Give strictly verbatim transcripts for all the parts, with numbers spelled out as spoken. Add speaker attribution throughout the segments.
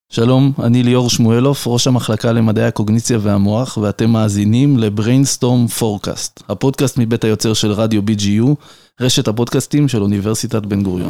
Speaker 1: שלום, אני ליאור שמואלוף, ראש המחלקה למדעי הקוגניציה והמוח, ואתם מאזינים ל-Brainstorm Forecast, הפודקאסט מבית היוצר של רדיו בי ג'י יו, רשת הפודקאסטים של אוניברסיטת בן גוריון.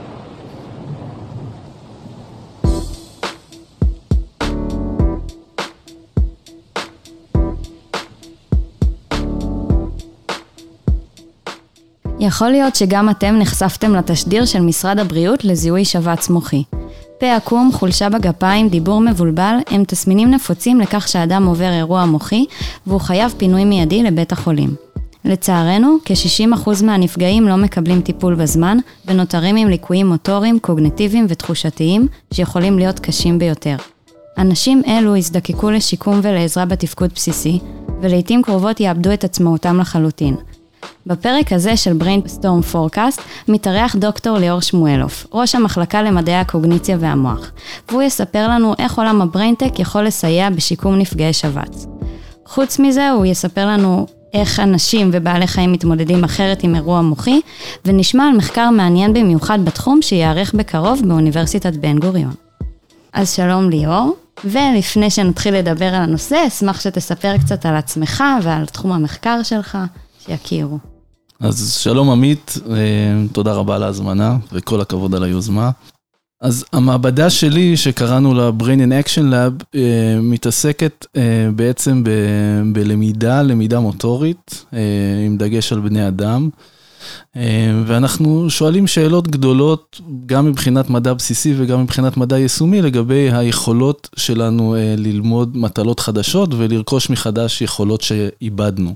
Speaker 2: יכול להיות שגם אתם נחשפתם לתשדיר של משרד הבריאות לזיהוי שבץ מוחי. פה עקום, חולשה בגפיים, דיבור מבולבל, הם תסמינים נפוצים לכך שהאדם עובר אירוע מוחי, והוא חייב פינוי מיידי לבית החולים. לצערנו, כ-שישים אחוז מהנפגעים לא מקבלים טיפול בזמן, ונותרים עם ליקויים מוטוריים, קוגניטיביים ותחושתיים, שיכולים להיות קשים ביותר. אנשים אלו יזדקקו לשיקום ולעזרה בתפקוד בסיסי, ולעיתים קרובות יאבדו את עצמאותם לחלוטין. בפרק הזה של Brainstorm Forecast מתארח דוקטור ליאור שמואלוף, ראש המחלקה למדעי הקוגניציה והמוח, והוא יספר לנו איך עולם הבריינטק יכול לסייע בשיקום נפגעי שבץ. חוץ מזה הוא יספר לנו איך אנשים ובעלי חיים מתמודדים אחרת עם אירוע מוחי, ונשמע על מחקר מעניין במיוחד בתחום שיערך בקרוב באוניברסיטת בן גוריון. אז שלום ליאור, ולפני שנתחיל לדבר על הנושא, אשמח שתספר קצת על עצמך ועל תחום המחקר שלך. שיכירו.
Speaker 1: אז שלום עמית, תודה רבה על ההזמנה וכל הכבוד על היוזמה. אז המעבדה שלי שקראנו לה Brain in Action Lab מתעסקת בעצם ב- בלמידה, למידה מוטורית, עם דגש על בני אדם, ואנחנו שואלים שאלות גדולות גם מבחינת מדע בסיסי וגם מבחינת מדע יישומי לגבי היכולות שלנו ללמוד מטלות חדשות ולרכוש מחדש יכולות שאיבדנו.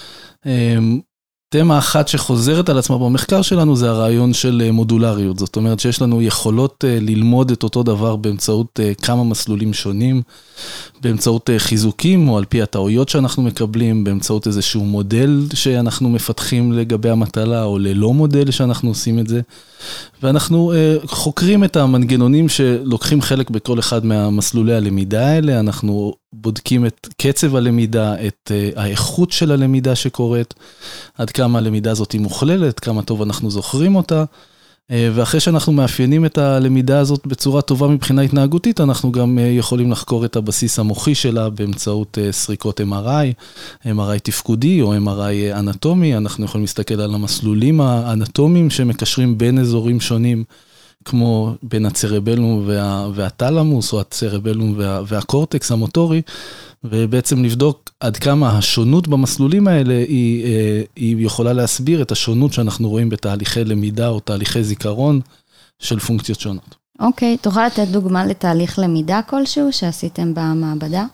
Speaker 1: תמה אחת שחוזרת על עצמה במחקר שלנו זה הרעיון של מודולריות, זאת אומרת שיש לנו יכולות ללמוד את אותו דבר באמצעות כמה מסלולים שונים, באמצעות חיזוקים או על פי הטעויות שאנחנו מקבלים, באמצעות איזשהו מודל שאנחנו מפתחים לגבי המטלה או ללא מודל שאנחנו עושים את זה, ואנחנו חוקרים את המנגנונים שלוקחים חלק בכל אחד מהמסלולי הלמידה האלה, אנחנו בודקים את קצב הלמידה, את האיכות של הלמידה שקורית, עד כמה הלמידה הזאת היא מוכללת, כמה טוב אנחנו זוכרים אותה, ואחרי שאנחנו מאפיינים את הלמידה הזאת בצורה טובה מבחינה התנהגותית, אנחנו גם יכולים לחקור את הבסיס המוחי שלה באמצעות סריקות אם אר איי, אם אר איי תפקודי או אם אר איי אנטומי, אנחנו יכולים להסתכל על המסלולים האנטומיים שמקשרים בין אזורים שונים, כמו בין הצרבלום וה, והטלמוס, או הצרבלום וה, והקורטקס המוטורי, ובעצם לבדוק עד כמה השונות במסלולים האלה, היא, היא יכולה להסביר את השונות שאנחנו רואים בתהליכי למידה, או תהליכי זיכרון של פונקציות שונות.
Speaker 2: אוקיי, תוכל לתת דוגמה לתהליך למידה כלשהו שעשיתם במעבדה?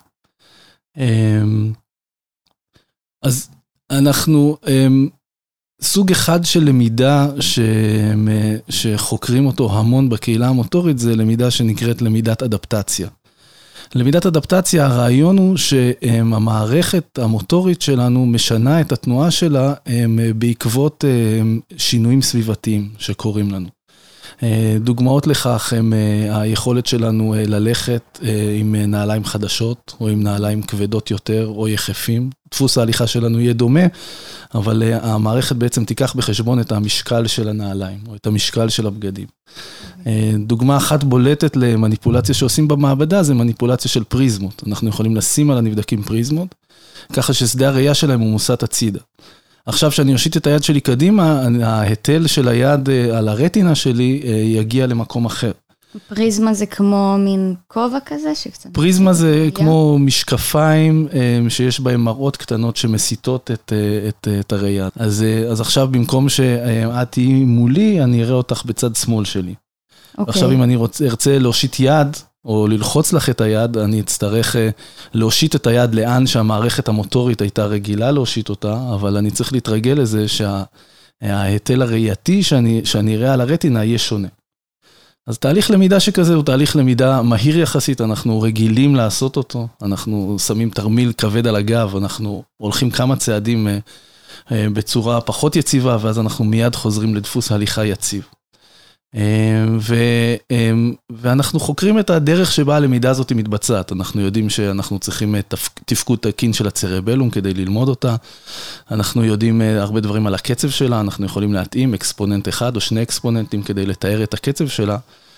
Speaker 1: אז אנחנו... סוג אחד של למידה ש... שחוקרים אותו המון בקהילה המוטורית, זה למידה שנקראת למידת אדפטציה. למידת אדפטציה, הרעיון הוא שהמערכת המוטורית שלנו משנה את התנועה שלה בעקבות שינויים סביבתיים שקורים לנו. דוגמאות לכך הם היכולת שלנו ללכת עם נעליים חדשות, או עם נעליים כבדות יותר, או יחפים. דפוס ההליכה שלנו יהיה דומה, אבל המערכת בעצם תיקח בחשבון את המשקל של הנעליים, או את המשקל של הבגדים. דוגמה אחת בולטת למניפולציה שעושים במעבדה, זה מניפולציה של פריזמות. אנחנו יכולים לשים על הנבדקים פריזמות, ככה ששדה הראייה שלהם הוא מוסט הצידה. עכשיו שאני אושיט את היד שלי קדימה, ההיטל של היד על הרטינה שלי יגיע למקום אחר.
Speaker 2: פריזמה זה כמו מין כובע כזה שקצת...
Speaker 1: פריזמה זה כמו משקפיים שיש בהם מראות קטנות שמסיתות את, את, את הראייה. אז, אז עכשיו במקום שאת תהיי מולי, אני אראה אותך בצד שמאל שלי. Okay. עכשיו אם אני רוצה, ארצה להושיט יד, או ללחוץ לך את היד, אני אצטרך להושיט את היד לאן שהמערכת המוטורית הייתה רגילה להושיט אותה, אבל אני צריך להתרגל לזה שההיטל הראייתי שאני, שאני אראה על הרטינה יהיה שונה. אז תהליך למידה שכזה הוא תהליך למידה מהיר יחסית, אנחנו רגילים לעשות אותו, אנחנו שמים תרמיל כבד על הגב, אנחנו הולכים כמה צעדים בצורה פחות יציבה, ואז אנחנו מיד חוזרים לדפוס הליכה יציב. ו, ואנחנו חוקרים את הדרך שבה הלמידה הזאת מתבצעת, אנחנו יודעים שאנחנו צריכים תפקוד תקין של הצרבלום כדי ללמוד אותה, אנחנו יודעים הרבה דברים על הקצב שלה, אנחנו יכולים להתאים אקספוננט אחד או שני אקספוננטים כדי לתאר את הקצב שלה,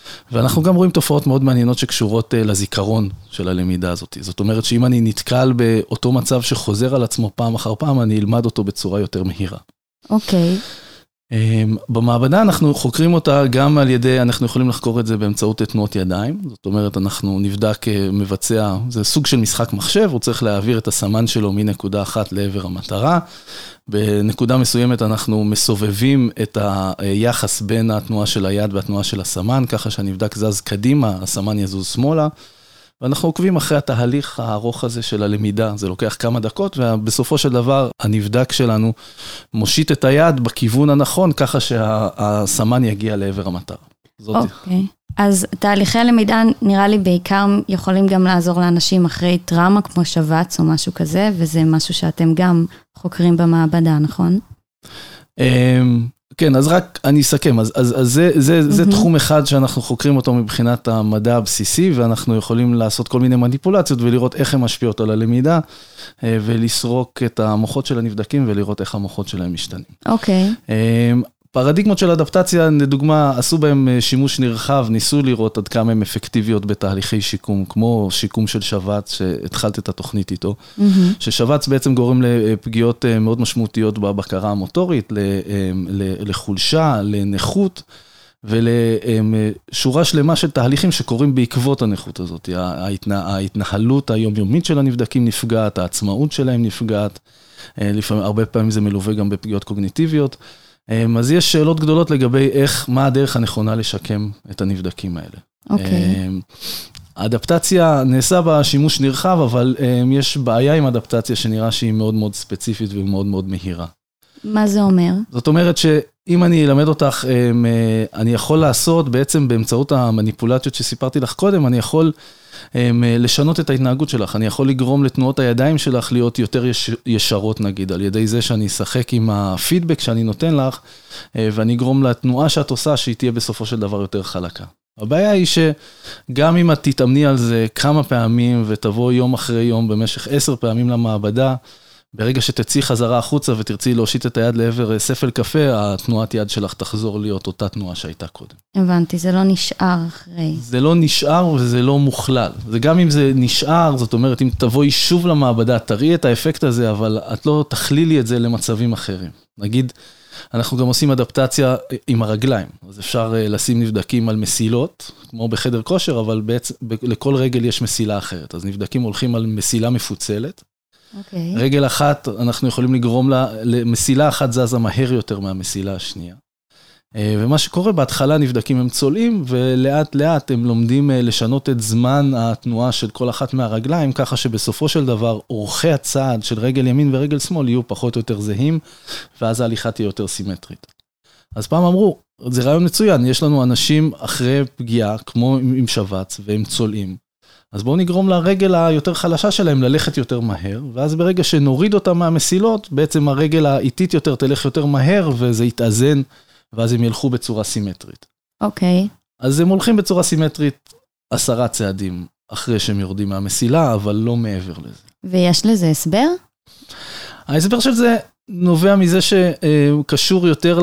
Speaker 1: ואנחנו גם רואים תופעות מאוד מעניינות שקשורות לזיכרון של הלמידה הזאת. זאת אומרת שאם אני נתקל באותו מצב שחוזר על עצמו פעם אחר פעם, אני אלמד אותו בצורה יותר מהירה.
Speaker 2: אוקיי.
Speaker 1: במעבדה אנחנו חוקרים אותה גם על ידי, אנחנו יכולים לחקור את זה באמצעות תנועות ידיים, זאת אומרת אנחנו נבדק מבצע, זה סוג של משחק מחשב, הוא צריך להעביר את הסמן שלו מנקודה אחת לעבר המטרה, בנקודה מסוימת אנחנו מסובבים את היחס בין התנועה של היד והתנועה של הסמן, ככה שהנבדק זז קדימה, הסמן יזוז שמאלה, ואנחנו עוקבים אחרי התהליך הארוך הזה של הלמידה, זה לוקח כמה דקות, ובסופו של דבר הנבדק שלנו מושיט את היד בכיוון הנכון, ככה שהסמן יגיע לעבר המטרה.
Speaker 2: אוקיי, אז תהליכי הלמידה נראה לי בעיקר יכולים גם לעזור לאנשים אחרי טראומה, כמו שבץ או משהו כזה, וזה משהו שאתם גם חוקרים במעבדה, נכון?
Speaker 1: כן, אז רק אני אסכם, אז, אז, אז זה, זה, זה תחום אחד שאנחנו חוקרים אותו מבחינת המדע הבסיסי, ואנחנו יכולים לעשות כל מיני מניפולציות, ולראות איך הן משפיעות על הלמידה, ולסרוק את המוחות של הנבדקים, ולראות איך המוחות שלהם משתנים.
Speaker 2: אוקיי.
Speaker 1: פרדיגמות של אדפטציה, לדוגמה, עשו בהם שימוש נרחב, ניסו לראות עד כמה הן אפקטיביות בתהליכי שיקום, כמו שיקום של שבץ, שהתחלת את התוכנית איתו, mm-hmm. ששבץ בעצם גורם לפגיעות מאוד משמעותיות בבקרה המוטורית, לחולשה, לנכות, ולשורה שלמה של תהליכים שקורים בעקבות הנכות הזאת. ההתנהלות היומיומית של הנבדקים נפגעת, העצמאות שלהם נפגעת, לפעמים, הרבה פעמים זה מלווה גם בפגיעות קוגניטיביות, אז יש שאלות גדולות לגבי איך, מה הדרך הנכונה לשקם את הנבדקים האלה.
Speaker 2: אוקיי.
Speaker 1: האדפטציה נעשה בה שימוש נרחב, אבל יש בעיה עם אדפטציה שנראה שהיא מאוד מאוד ספציפית ומאוד מאוד מהירה.
Speaker 2: מה זה אומר?
Speaker 1: זאת אומרת שאם אני אלמד אותך, אני יכול לעשות בעצם באמצעות המניפולציות שסיפרתי לך קודם, אני יכול לשנות את ההתנהגות שלך, אני יכול לגרום לתנועות הידיים שלך להיות יותר ישרות נגיד, על ידי זה שאני אשחק עם הפידבק שאני נותן לך, ואני אגרום לתנועה שאת עושה, שהיא תהיה בסופו של דבר יותר חלקה. הבעיה היא שגם אם את תתאמני על זה כמה פעמים, ותבוא יום אחרי יום במשך עשר פעמים למעבדה, ברגע שתצאי חזרה החוצה ותרצי להושיט את היד לעבר ספל קפה, התנועת יד שלך תחזור להיות אותה תנועה שהייתה קודם.
Speaker 2: הבנתי, זה לא נשאר אחרי.
Speaker 1: זה לא נשאר וזה לא מוכלל. זה גם אם זה נשאר, זאת אומרת, אם תבואי שוב למעבדה, תראי את האפקט הזה, אבל את לא תכלילי את זה למצבים אחרים. נגיד, אנחנו גם עושים אדפטציה עם הרגליים, אז אפשר לשים נבדקים על מסילות, כמו בחדר כושר, אבל בעצם, לכל רגל יש מסילה אחרת. אז נבדקים הולכים על מסילה מפוצלת,
Speaker 2: Okay.
Speaker 1: רגל אחת, אנחנו יכולים לגרום לה, למסילה אחת זזה מהר יותר מהמסילה השנייה. ומה שקורה, בהתחלה נבדקים הם צולעים, ולאט לאט הם לומדים לשנות את זמן התנועה של כל אחת מהרגליים, ככה שבסופו של דבר, אורכי הצעד של רגל ימין ורגל שמאל יהיו פחות או יותר זהים, ואז ההליכה תהיה יותר סימטרית. אז פעם אמרו, זה רעיון מצוין, יש לנו אנשים אחרי פגיעה, כמו עם שבץ, והם צולעים. אז בואו נגרום לרגל היותר חלשה שלהם ללכת יותר מהר, ואז ברגע שנוריד אותם מהמסילות, בעצם הרגל האיטית יותר תלך יותר מהר, וזה יתאזן, ואז הם ילכו בצורה סימטרית.
Speaker 2: אוקיי.
Speaker 1: אז הם הולכים בצורה סימטרית עשרה צעדים אחרי שהם יורדים מהמסילה, אבל לא מעבר לזה.
Speaker 2: ויש לזה הסבר?
Speaker 1: ההסבר של זה נובע מזה שקשור יותר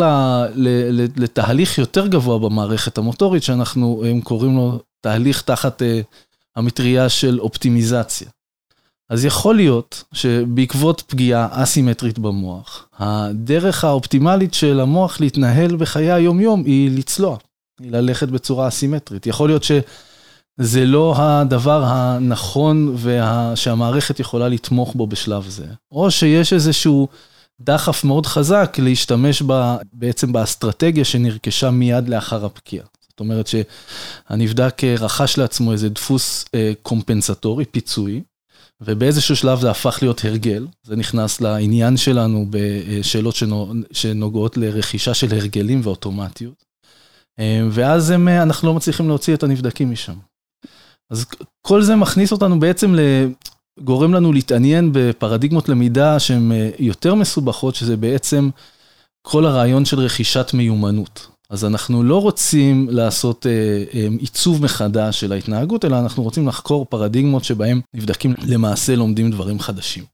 Speaker 1: לתהליך יותר גבוה במערכת המוטורית, שאנחנו קוראים לו תהליך תחת המטריה של אופטימיזציה. אז יכול להיות שבעקבות פגיעה אסימטרית במוח, הדרך האופטימלית של המוח להתנהל בחיי היום-יום היא לצלוע, היא ללכת בצורה אסימטרית. יכול להיות שזה לא הדבר הנכון וה... שהמערכת יכולה לתמוך בו בשלב זה, או שיש איזשהו דחף מאוד חזק להשתמש בה, בעצם באסטרטגיה שנרכשה מיד לאחר הפגיעה. זאת אומרת שהנבדק רכש לעצמו איזה דפוס קומפנסטורי, פיצוי, ובאיזשהו שלב זה הפך להיות הרגל, זה נכנס לעניין שלנו בשאלות שנוגעות לרכישה של הרגלים ואוטומטיות, ואז הם, אנחנו לא מצליחים להוציא את הנבדקים משם. אז כל זה מכניס אותנו בעצם, גורם לנו להתעניין בפרדיגמות למידה שהן יותר מסובכות, שזה בעצם כל הרעיון של רכישת מיומנות. אז אנחנו לא רוצים לעשות עיצוב מחדש של ההתנהגות, אלא אנחנו רוצים לחקור פרדיגמות שבהם נבדקים למעשה לומדים דברים חדשים.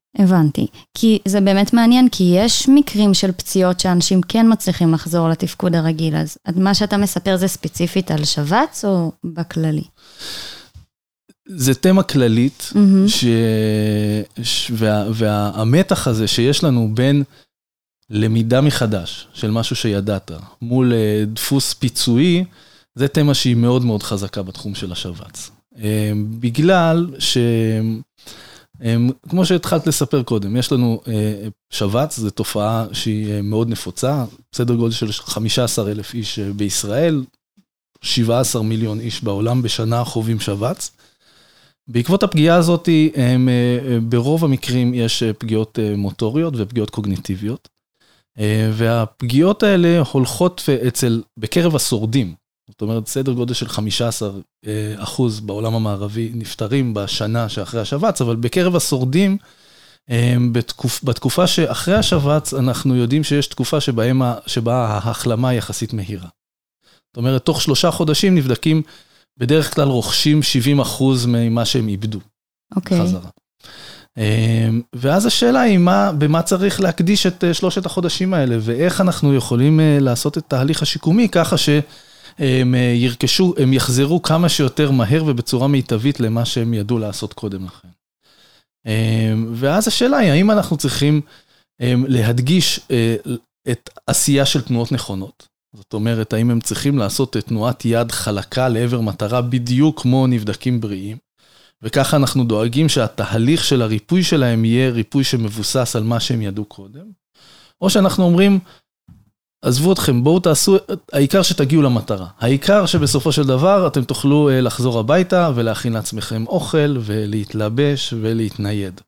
Speaker 2: הבנתי, כי זה באמת מעניין, כי יש מקרים של פציעות שאנשים כן מצליחים לחזור לתפקוד הרגיל, אז מה שאתה מספר זה ספציפית על שבץ או בכללי?
Speaker 1: זה תמה כללית, mm-hmm. ש... ש... וה... והמתח הזה שיש לנו בין למידה מחדש של משהו שידעת, מול דפוס פיצועי, זה תמה שהיא מאוד מאוד חזקה בתחום של השבץ. בגלל ש... כמו שהתחלת לספר קודם, יש לנו שבץ, זו תופעה שהיא מאוד נפוצה, סדר גודל של חמישה עשר אלף איש בישראל, שבעה עשר מיליון איש בעולם בשנה חווים שבץ. בעקבות הפגיעה הזאת, הם, ברוב המקרים יש פגיעות מוטוריות ופגיעות קוגניטיביות, והפגיעות האלה הולכות אצל, בקרב השורדים, זאת אומרת, סדר גודל של חמישה עשר אחוז בעולם המערבי נפטרים בשנה שאחרי השבץ, אבל בקרב השורדים, בתקופ, בתקופה שאחרי השבץ, אנחנו יודעים שיש תקופה שבהם, שבה ההחלמה יחסית מהירה. זאת אומרת, תוך שלושה חודשים נבדקים, בדרך כלל רוכשים שבעים אחוז ממה שהם איבדו.
Speaker 2: אוקיי.
Speaker 1: חזרה. ואז השאלה היא, מה, במה צריך להקדיש את שלושת החודשים האלה, ואיך אנחנו יכולים לעשות את תהליך השיקומי, ככה שהם ירכשו, הם יחזרו כמה שיותר מהר ובצורה מיטבית למה שהם ידעו לעשות קודם לכן. ואז השאלה היא, האם אנחנו צריכים להדגיש את עשייה של תנועות נכונות? זאת אומרת, האם הם צריכים לעשות תנועת יד חלקה לעבר מטרה בדיוק כמו נבדקים בריאים, וככה אנחנו דואגים שהתהליך של הריפוי שלהם יהיה ריפוי שמבוסס על מה שהם ידעו קודם, או שאנחנו אומרים, עזבו אתכם, בואו תעשו, העיקר שתגיעו למטרה, העיקר שבסופו של דבר אתם תוכלו לחזור הביתה ולהכין לעצמכם אוכל ולהתלבש ולהתנייד.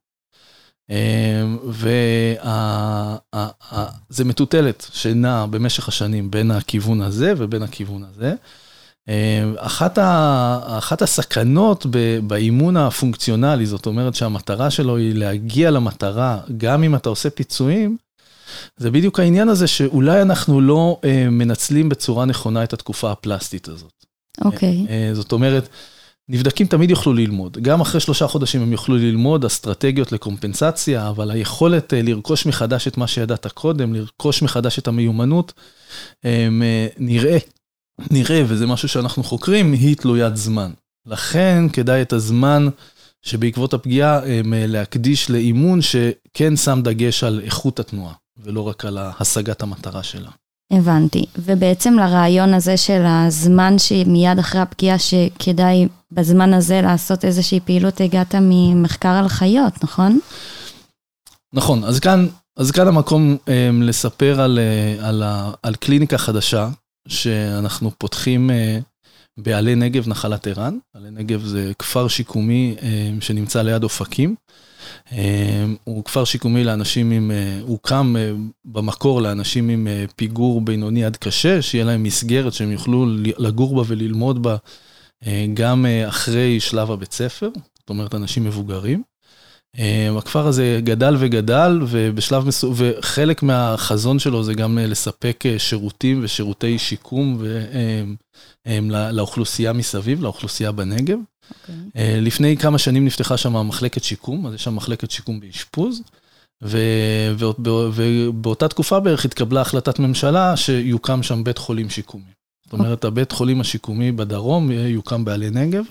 Speaker 1: וזה מטוטלת שנע במשך השנים בין הכיוון הזה ובין הכיוון הזה. אחת, אחת הסכנות באימון הפונקציונלי, זאת אומרת שהמטרה שלו היא להגיע למטרה, גם אם אתה עושה פיצויים, זה בדיוק העניין הזה שאולי אנחנו לא מנצלים בצורה נכונה את התקופה הפלסטית הזאת.
Speaker 2: אוקיי.
Speaker 1: זאת אומרת, נבדקים תמיד יוכלו ללמוד, גם אחרי שלושה חודשים הם יוכלו ללמוד אסטרטגיות לקומפנסציה, אבל היכולת לרכוש מחדש את מה שידעת קודם, לרכוש מחדש את המיומנות, נראה, נראה, וזה משהו שאנחנו חוקרים, היא תלוית זמן. לכן כדאי את הזמן שבעקבות הפגיעה להקדיש לאימון שכן שם דגש על איכות התנועה, ולא רק על השגת המטרה שלה.
Speaker 2: הבנתי, ובעצם לרעיון הזה של הזמן שמיד אחרי הפגיעה שכדאי בזמן הזה לעשות איזושהי פעילות, הגעת ממחקר על חיות, נכון?
Speaker 1: נכון, אז כאן, אז כאן המקום um, לספר על, uh, על, ה, על קליניקה חדשה, שאנחנו פותחים uh, בעלי נגב נחלת ערן. עלי נגב זה כפר שיקומי um, שנמצא ליד אופקים. Um, הוא כפר שיקומי לאנשים עם, uh, הוא קם uh, במקור לאנשים עם uh, פיגור בינוני עד קשה, שיהיה להם מסגרת שהם יוכלו לגור בה וללמוד בה, uh, גם uh, אחרי שלב הבית ספר, זאת אומרת אנשים מבוגרים. הכפר הזה גדל וגדל, ובשלב מסו... וחלק מהחזון שלו זה גם לספק שירותים ושירותי שיקום לאוכלוסייה מסביב, לאוכלוסייה בנגב. Okay. לפני כמה שנים נפתחה שם מחלקת שיקום, אז יש שם מחלקת שיקום באשפוז, ו... ובאותה תקופה בערך התקבלה החלטת ממשלה שיוקם שם בית חולים שיקומי. זאת אומרת, הבית חולים השיקומי בדרום יוקם בעלי נגב,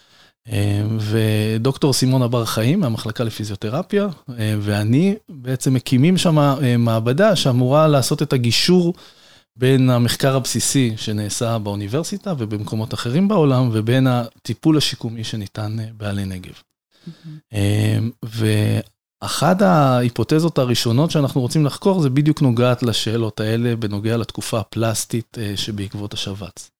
Speaker 1: ודוקטור סימון אבר חיים מהמחלקה לפיזיותרפיה, ואני בעצם מקימים שם מעבדה שאמורה לעשות את הגישור בין המחקר הבסיסי שנעשה באוניברסיטה ובמקומות אחרים בעולם, ובין הטיפול השיקומי שניתן בעלי נגב. ואחת ההיפותזות הראשונות שאנחנו רוצים לחקור, זה בדיוק נוגעת לשאלות האלה, בנוגע לתקופה הפלסטית שבעקבות השבץ.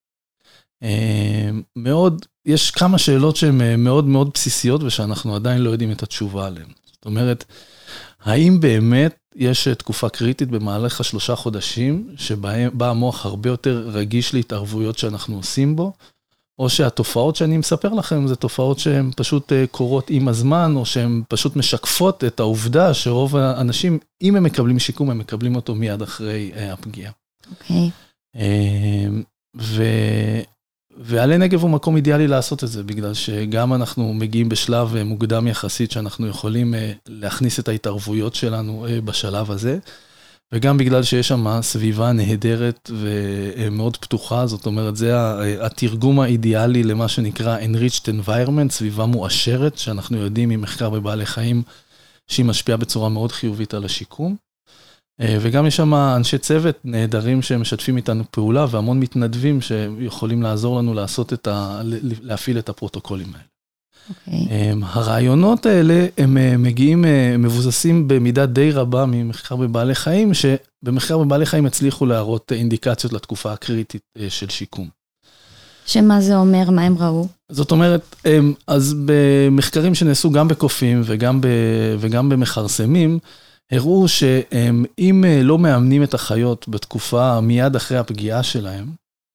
Speaker 1: מאוד, יש כמה שאלות שהן מאוד מאוד בסיסיות, ושאנחנו עדיין לא יודעים את התשובה עליהן. זאת אומרת, האם באמת יש תקופה קריטית במהלך השלושה חודשים, שבה המוח הרבה יותר רגיש להתערבויות שאנחנו עושים בו, או שהתופעות שאני מספר לכם, זה תופעות שהן פשוט קורות עם הזמן, או שהן פשוט משקפות את העובדה שרוב האנשים, אם הם מקבלים שיקום, הם מקבלים אותו מיד אחרי הפגיעה.
Speaker 2: אוקיי.
Speaker 1: ו... ועלי נגב הוא מקום אידיאלי לעשות את זה, בגלל שגם אנחנו מגיעים בשלב מוקדם יחסית, שאנחנו יכולים להכניס את ההתערבויות שלנו בשלב הזה, וגם בגלל שיש שם סביבה נהדרת ומאוד פתוחה, זאת אומרת, זה התרגום האידיאלי למה שנקרא enriched environment, סביבה מואשרת, שאנחנו יודעים ממחקר בבעלי חיים, שהיא משפיעה בצורה מאוד חיובית על השיקום. וגם יש שם אנשי צוות נהדרים שמשתפים איתנו פעולה, והמון מתנדבים שיכולים לעזור לנו לעשות את ה... להפעיל את הפרוטוקולים האלה. Okay. הרעיונות האלה הם מגיעים, מבוססים במידה די רבה ממחקר בבעלי חיים, שבמחקר בבעלי חיים הצליחו להראות אינדיקציות לתקופה הקריטית של שיקום.
Speaker 2: שמה זה אומר, מה הם ראו?
Speaker 1: זאת אומרת, אז במחקרים שנעשו גם בקופים וגם, ב, וגם במחרסמים, הראו שאם לא מאמנים את החיות בתקופה מיד אחרי הפגיעה שלהם,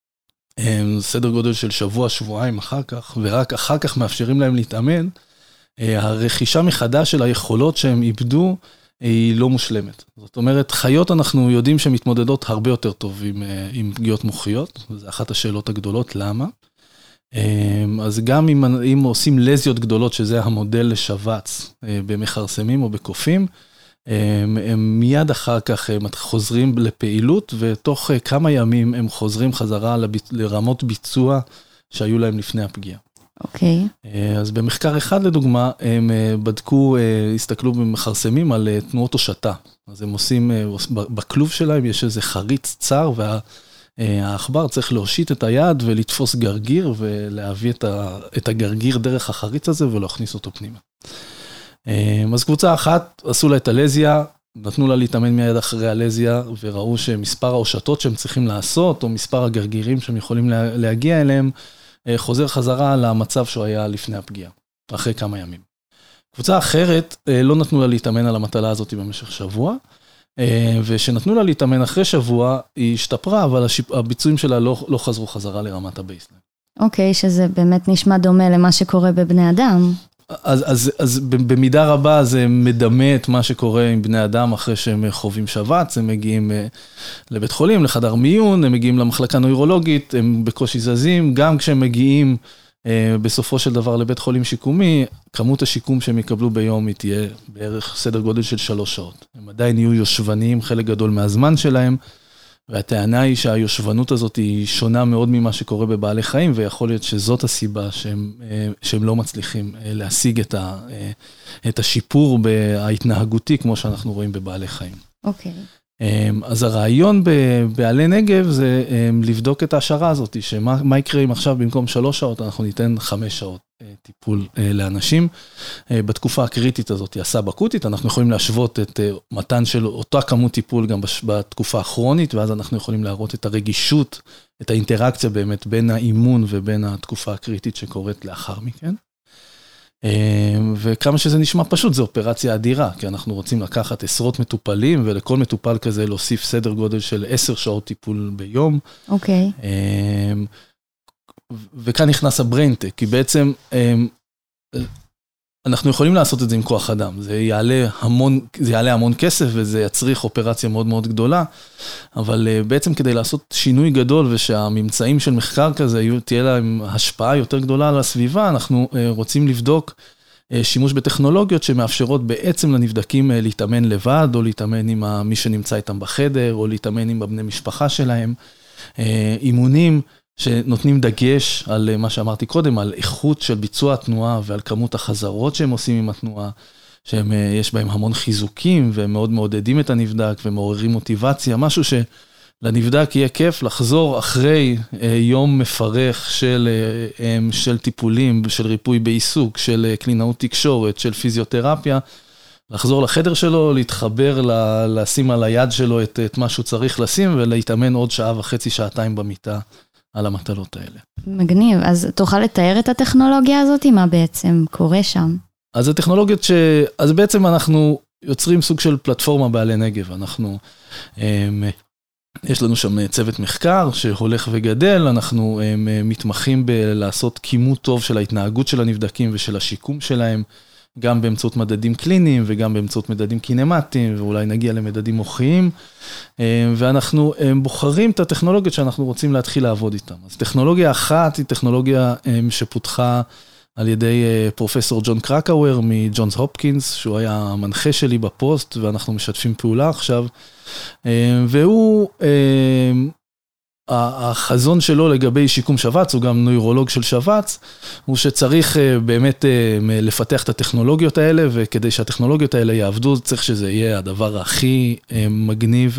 Speaker 1: סדר גודל של שבוע, שבועיים אחר כך, ורק אחר כך מאפשרים להם להתאמן, הרכישה מחדש של היכולות שהם איבדו, היא לא מושלמת. זאת אומרת, חיות אנחנו יודעים שהן מתמודדות הרבה יותר טוב עם, עם פגיעות מוחיות, וזו אחת השאלות הגדולות, למה? אז גם אם, אם עושים לזיות גדולות, שזה המודל לשבץ במחרסמים או בקופים, הם מיד אחר כך חוזרים לפעילות, ותוך כמה ימים הם חוזרים חזרה לרמות ביצוע שהיו להם לפני הפגיעה.
Speaker 2: אוקיי.
Speaker 1: אז במחקר אחד לדוגמה, הם בדקו, הסתכלו במחרסמים על תנועות הושטה. אז הם עושים, בכלוב שלהם יש איזה חריץ צר, והעכבר צריך להושיט את היד ולתפוס גרגיר, ולהביא את הגרגיר דרך החריץ הזה ולהכניס אותו פנימה. אז קבוצה אחת עשו לה את הלזיה, נתנו לה להתאמן מיד אחרי הלזיה, וראו שמספר ההושטות שהם צריכים לעשות, או מספר הגרגירים שהם יכולים להגיע אליהם, חוזר חזרה למצב שהוא היה לפני הפגיעה, אחרי כמה ימים. קבוצה אחרת לא נתנו לה להתאמן על המטלה הזאת במשך שבוע, ושנתנו לה להתאמן אחרי שבוע, היא השתפרה, אבל הביצועים שלה לא, לא חזרו חזרה לרמת הבייסליין.
Speaker 2: אוקיי, שזה באמת נשמע דומה למה שקורה בבני אדם.
Speaker 1: אז, אז, אז במידה רבה זה מדמה את מה שקורה עם בני אדם אחרי שהם חווים שבץ, הם מגיעים לבית חולים, לחדר מיון, הם מגיעים למחלקה נוירולוגית, הם בקושי זזים, גם כשהם מגיעים בסופו של דבר לבית חולים שיקומי, כמות השיקום שהם יקבלו ביום היא תהיה בערך סדר גודל של שלוש שעות. הם עדיין יהיו יושבניים חלק גדול מהזמן שלהם, והטענה היא שהיושבנות הזאת היא שונה מאוד ממה שקורה בבעלי חיים, ויכול להיות שזאת הסיבה שהם, שהם לא מצליחים להשיג את, ה, את השיפור בהתנהגותי, כמו שאנחנו רואים בבעלי חיים.
Speaker 2: אוקיי.
Speaker 1: אז הרעיון בבעלי נגב זה לבדוק את ההשערה הזאת, שמה מה יקרה אם עכשיו במקום שלוש שעות, אנחנו ניתן חמש שעות טיפול לאנשים. בתקופה הקריטית הזאת, הסאב-אקוטית, אנחנו יכולים להשוות את מתן של אותה כמות טיפול גם בתקופה הכרונית, ואז אנחנו יכולים להראות את הרגישות, את האינטראקציה באמת בין האימון ובין התקופה הקריטית שקורית לאחר מכן. וכמה שזה נשמע פשוט, זו אופרציה אדירה, כי אנחנו רוצים לקחת עשרות מטופלים, ולכל מטופל כזה להוסיף סדר גודל של עשר שעות טיפול ביום.
Speaker 2: אוקיי.
Speaker 1: וכאן נכנס הבריינטק, כי בעצם אנחנו יכולים לעשות את זה עם כוח אדם, זה יעלה המון, זה יעלה המון כסף, וזה יצריך אופרציה מאוד מאוד גדולה, אבל בעצם כדי לעשות שינוי גדול, ושהממצאים של מחקר כזה, תהיה להם השפעה יותר גדולה על הסביבה, אנחנו רוצים לבדוק שימוש בטכנולוגיות, שמאפשרות בעצם לנבדקים להתאמן לבד, או להתאמן עם מי שנמצא איתם בחדר, או להתאמן עם הבני משפחה שלהם, אימונים, שנותנים דגש על מה שאמרתי קודם, על איכות של ביצוע התנועה ועל כמות החזרות שהם עושים עם התנועה, שיש בהם המון חיזוקים ומאוד מעודדים את הנבדק ומעוררים מוטיבציה, משהו שלנבדק יהיה כיף לחזור אחרי יום מפרך של, של טיפולים, של ריפוי בעיסוק, של קלינאות תקשורת, של פיזיותרפיה, לחזור לחדר שלו, להתחבר, לשים על היד שלו את, את מה שהוא צריך לשים ולהתאמן עוד שעה וחצי, שעתיים במיטה. על המטלות האלה.
Speaker 2: מגניב, אז תוכל לתאר את הטכנולוגיה הזאת, מה בעצם קורה שם?
Speaker 1: אז הטכנולוגיות ש... אז בעצם אנחנו יוצרים סוג של פלטפורמה בעלי נגב, אנחנו, יש לנו שם צוות מחקר שהולך וגדל, אנחנו מתמחים בלעשות כימות טוב של ההתנהגות של הנבדקים ושל השיקום שלהם, גם באמצעות מדדים קליניים וגם באמצעות מדדים קינמטיים, ואולי נגיע למדדים מוחיים, ואנחנו בוחרים את הטכנולוגיות שאנחנו רוצים להתחיל לעבוד איתן. אז טכנולוגיה אחת היא טכנולוגיה שפותחה על ידי פרופסור ג'ון קרקאוור מג'ונס הופקינס, שהוא היה המנחה שלי בפוסט, ואנחנו משתפים פעולה עכשיו, והוא, החזון שלו לגבי שיקום שבץ, הוא גם נוירולוג של שבץ, הוא שצריך באמת לפתח את הטכנולוגיות האלה, וכדי שהטכנולוגיות האלה יעבדו, צריך שזה יהיה הדבר הכי מגניב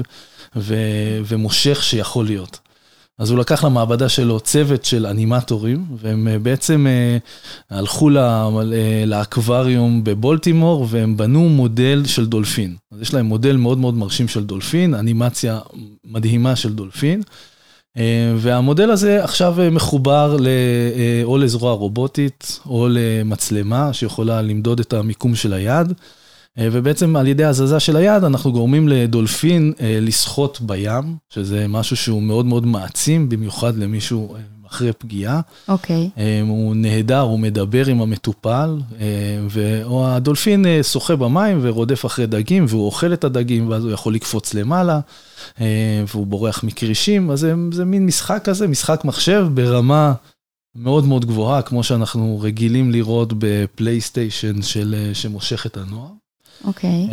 Speaker 1: ומושך שיכול להיות. אז הוא לקח למעבדה שלו צוות של אנימטורים, והם בעצם הלכו לאקווריום בבולטימור, והם בנו מודל של דולפין. אז יש להם מודל מאוד מאוד מרשים של דולפין, אנימציה מדהימה של דולפין, והמודל הזה עכשיו מחובר או לזרוע רובוטית, או למצלמה שיכולה למדוד את המיקום של היד, ובעצם על ידי הזזה של היד אנחנו גורמים לדולפין לשחות בים, שזה משהו שהוא מאוד מאוד מעצים, במיוחד למישהו אחרי פגיעה.
Speaker 2: אוקיי.
Speaker 1: הוא נהדר, הוא מדבר עם המטופל, והדולפין שוחה במים ורודף אחרי דגים, והוא אוכל את הדגים, ואז הוא יכול לקפוץ למעלה, והוא בורח מקרישים, אז זה, זה מין משחק כזה, משחק מחשב ברמה מאוד מאוד גבוהה, כמו שאנחנו רגילים לראות בפלייסטיישן של, שמושך את הנוער.
Speaker 2: אוקיי.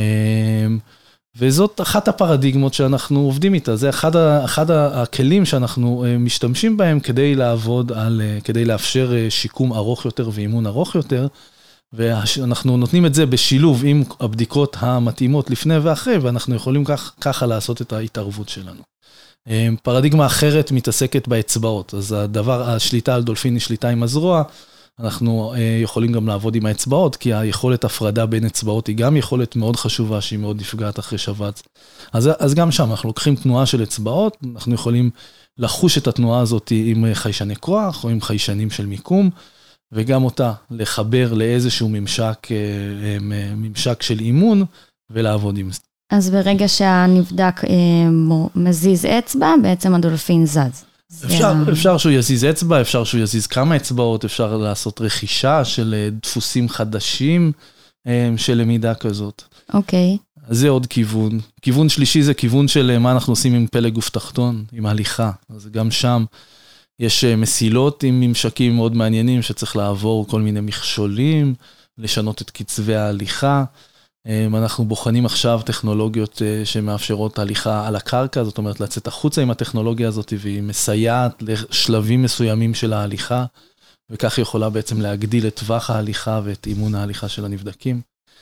Speaker 1: וזאת אחת הפרדיגמות שאנחנו עובדים איתה, זה אחד, אחד הכלים שאנחנו משתמשים בהם כדי לעבוד על, כדי לאפשר שיקום ארוך יותר ואימון ארוך יותר, ואנחנו נותנים את זה בשילוב עם הבדיקות המתאימות לפני ואחרי, ואנחנו יכולים כך, ככה לעשות את ההתערבות שלנו. פרדיגמה אחרת מתעסקת באצבעות, אז הדבר, השליטה על דולפין היא שליטה עם הזרוע, אנחנו יכולים גם לעבוד עם האצבעות, כי היכולת הפרדה בין אצבעות היא גם יכולת מאוד חשובה, שהיא מאוד נפגעת אחרי שבץ. אז, אז גם שם אנחנו לוקחים תנועה של אצבעות, אנחנו יכולים לחוש את התנועה הזאת עם חיישני כוח, או עם חיישנים של מיקום, וגם אותה לחבר לאיזשהו ממשק, ממשק של אימון, ולעבוד עם זה.
Speaker 2: אז ברגע שהנבדק מזיז אצבע, בעצם הדולפין זז.
Speaker 1: אפשר, אפשר שהוא יזיז אצבע, אפשר שהוא יזיז כמה אצבעות, אפשר לעשות רכישה של דפוסים חדשים של למידה כזאת.
Speaker 2: אוקיי.
Speaker 1: אז זה עוד כיוון. כיוון שלישי זה כיוון של מה אנחנו עושים עם פלג גוף תחתון, עם הליכה. אז גם שם יש מסילות עם ממשקים מאוד מעניינים, שצריך לעבור כל מיני מכשולים, לשנות את קצבי ההליכה. אנחנו בוחנים עכשיו טכנולוגיות שמאפשרות הליכה על הקרקע, זאת אומרת לצאת החוצה עם הטכנולוגיה הזאת, והיא מסייעת לשלבים מסוימים של ההליכה, וכך יכולה בעצם להגדיל את טווח ההליכה ואת אימון ההליכה של הנבדקים.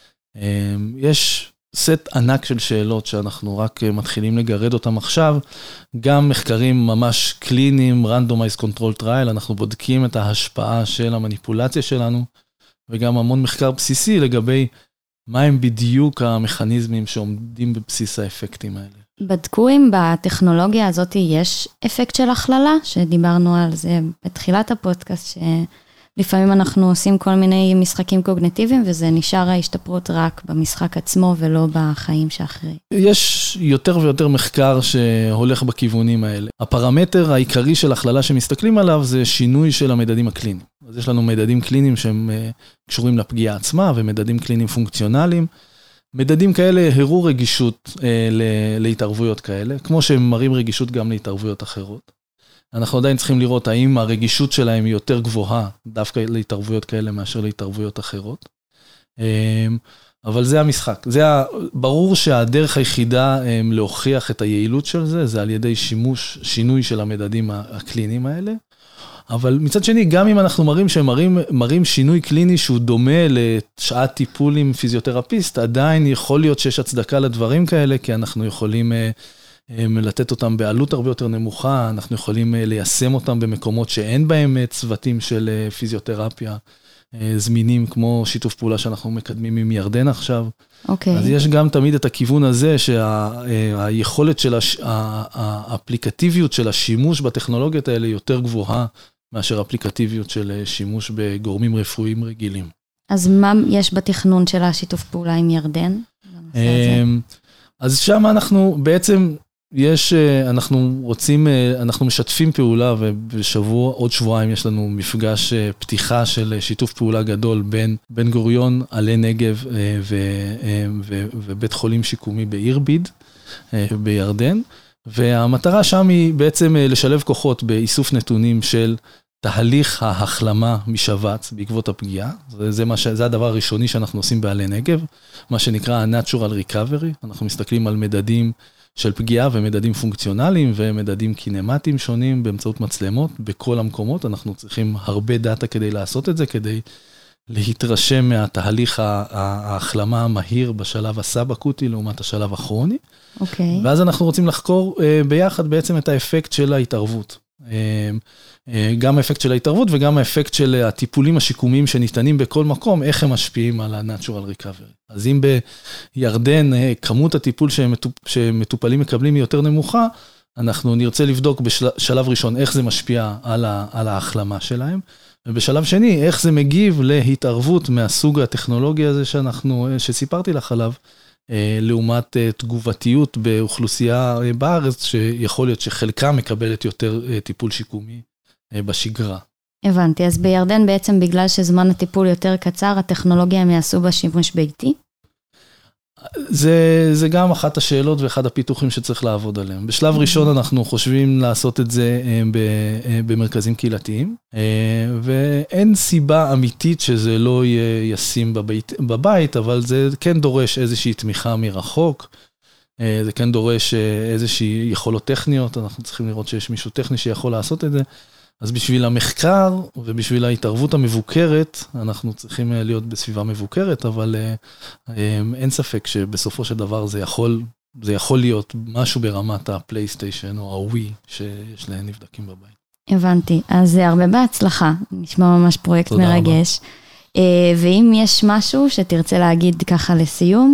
Speaker 1: יש סט ענק של שאלות שאנחנו רק מתחילים לגרד אותם עכשיו, גם מחקרים ממש קליניים, randomized control trial, אנחנו בודקים את ההשפעה של המניפולציה שלנו, וגם המון מחקר בסיסי לגבי מה הם בדיוק המכניזמים שעומדים בבסיס האפקטים האלה.
Speaker 2: בדקו אם בטכנולוגיה הזאת יש אפקט של הכללה, שדיברנו על זה בתחילת הפודקאסט, שלפעמים אנחנו עושים כל מיני משחקים קוגניטיביים, וזה נשאר ההשתפרות רק במשחק עצמו, ולא בחיים שאחרי. יש
Speaker 1: יותר ויותר מחקר שהולך בכיוונים האלה. הפרמטר העיקרי של הכללה שמסתכלים עליו, זה שינוי של המדדים הקליניים. אז יש לנו מדדים קליניים שהם קשורים לפגיעה עצמה, ומדדים קליניים פונקציונליים. מדדים כאלה הראו רגישות להתערבויות כאלה, כמו שהם מראים רגישות גם להתערבויות אחרות. אנחנו עדיין צריכים לראות האם הרגישות שלהם היא יותר גבוהה, דווקא להתערבויות כאלה מאשר להתערבויות אחרות. אבל זה המשחק. זה ברור שהדרך היחידה להוכיח את היעילות של זה, זה על ידי שימוש, שינוי של המדדים הקליניים האלה. אבל מצד שני, גם אם אנחנו מראים שהם מראים, מראים שינוי קליני שהוא דומה לשעת טיפול עם פיזיותרפיסט, עדיין יכול להיות שיש הצדקה לדברים כאלה, כי אנחנו יכולים לתת אותם בעלות הרבה יותר נמוכה, אנחנו יכולים ליישם אותם במקומות שאין בהם צוותים של פיזיותרפיה זמינים, כמו שיתוף פעולה שאנחנו מקדמים עם ירדן עכשיו.
Speaker 2: אוקיי.
Speaker 1: אז יש גם תמיד את הכיוון הזה, שהיכולת של האפליקטיביות של השימוש בטכנולוגיות האלה יותר גבוהה, מאשר אפליקטיביות של שימוש בגורמים רפואיים רגילים.
Speaker 2: אז מה יש בתכנון של השיתוף פעולה עם ירדן?
Speaker 1: אז שם אנחנו בעצם יש, אנחנו רוצים, אנחנו משתפים פעולה, ובשבוע, עוד שבועיים יש לנו מפגש פתיחה של שיתוף פעולה גדול בין בן גוריון, עלי נגב ו, ו, ובית חולים שיקומי באירביד, בירדן, והמטרה שם היא בעצם לשלב כוחות באיסוף נתונים של תהליך ההחלמה משבץ בעקבות הפגיעה. זה, זה, מה ש, זה הדבר הראשוני שאנחנו עושים בעלי נגב, מה שנקרא ה-Natural Recovery. אנחנו מסתכלים על מדדים של פגיעה ומדדים פונקציונליים ומדדים קינמטיים שונים באמצעות מצלמות בכל המקומות. אנחנו צריכים הרבה דאטה כדי לעשות את זה, כדי להתרשם מהתהליך ההחלמה המהיר בשלב הסאב-אקוטי לעומת השלב הכרוני.
Speaker 2: אוקיי.
Speaker 1: ואז אנחנו רוצים לחקור ביחד בעצם את האפקט של ההתערבות. גם האפקט של ההתערבות וגם האפקט של הטיפולים השיקומיים שניתנים בכל מקום, איך הם משפיעים על ה-Natural Recovery. אז אם בירדן כמות הטיפול שמטופלים מקבלים היא יותר נמוכה, אנחנו נרצה לבדוק בשלב ראשון איך זה משפיע על, ה, על ההחלמה שלהם, ובשלב שני איך זה מגיב להתערבות מהסוג הטכנולוגי הזה שאנחנו, שסיפרתי לך עליו, לעומת תגובתיות באוכלוסייה בארץ, שיכול להיות שחלקה מקבלת יותר טיפול שיקומי בשגרה.
Speaker 2: הבנתי, אז בירדן בעצם בגלל שזמן הטיפול יותר קצר, הטכנולוגיה הם יעשו בה שימוש ביתי?
Speaker 1: זה, זה גם אחת השאלות ואחד הפיתוחים שצריך לעבוד עליהם. בשלב ראשון אנחנו חושבים לעשות את זה במרכזים קהילתיים, ואין סיבה אמיתית שזה לא יהיה ישים בבית, בבית, אבל זה כן דורש איזושהי תמיכה מרחוק, זה כן דורש איזושהי יכולות טכניות, אנחנו צריכים לראות שיש מישהו טכני שיכול לעשות את זה, אז בשביל המחקר ובשביל ההתערבות המבוקרת, אנחנו צריכים להיות בסביבה מבוקרת, אבל אין ספק שבסופו של דבר זה יכול, זה יכול להיות משהו ברמת הפלייסטיישן או הווי שיש להם נבדקים בבית.
Speaker 2: הבנתי, אז זה הרבה בהצלחה, נשמע ממש פרויקט מרגש. רבה. ואם יש משהו שתרצה להגיד ככה לסיום?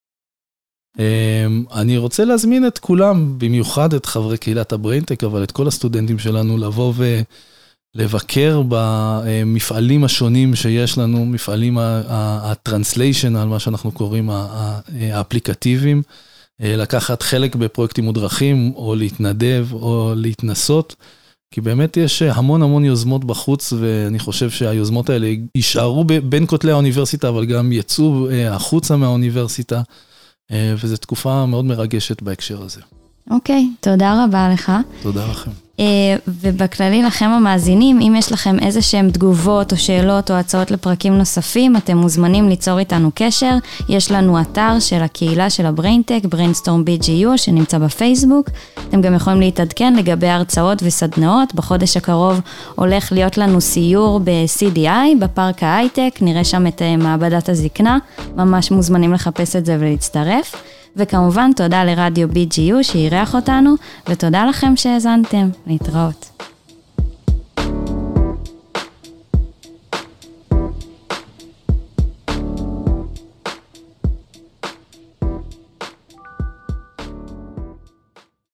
Speaker 1: אני רוצה להזמין את כולם, במיוחד את חברי קהילת הבריינטק, אבל את כל הסטודנטים שלנו לבוא ולבקר במפעלים השונים שיש לנו, מפעלים הטרנסליישן, על מה שאנחנו קוראים האפליקטיביים, לקחת חלק בפרויקטים מודרכים, או להתנדב, או להתנסות, כי באמת יש המון המון יוזמות בחוץ, ואני חושב שהיוזמות האלה יישארו בין כותלי האוניברסיטה, אבל גם יצאו החוצה מהאוניברסיטה, וזו תקופה מאוד מרגשת בהקשר הזה.
Speaker 2: אוקיי, תודה רבה לך.
Speaker 1: תודה לכם.
Speaker 2: ובכללי לכם המאזינים, אם יש לכם איזה שהם תגובות או שאלות או הצעות לפרקים נוספים, אתם מוזמנים ליצור איתנו קשר. יש לנו אתר של הקהילה של הבריינטק, בריינסטורם בי ג'י יו, שנמצא בפייסבוק. אתם גם יכולים להתעדכן לגבי הרצאות וסדנאות. בחודש הקרוב הולך להיות לנו סיור ב-סי די איי, בפארק ההייטק. נראה שם את מעבדת הזקנה. ממש מוזמנים לחפש את זה ולהצטרף. וכמובן תודה לרדיו בי ג'י יו שאירח אותנו, ותודה לכם שהאזנתם. להתראות.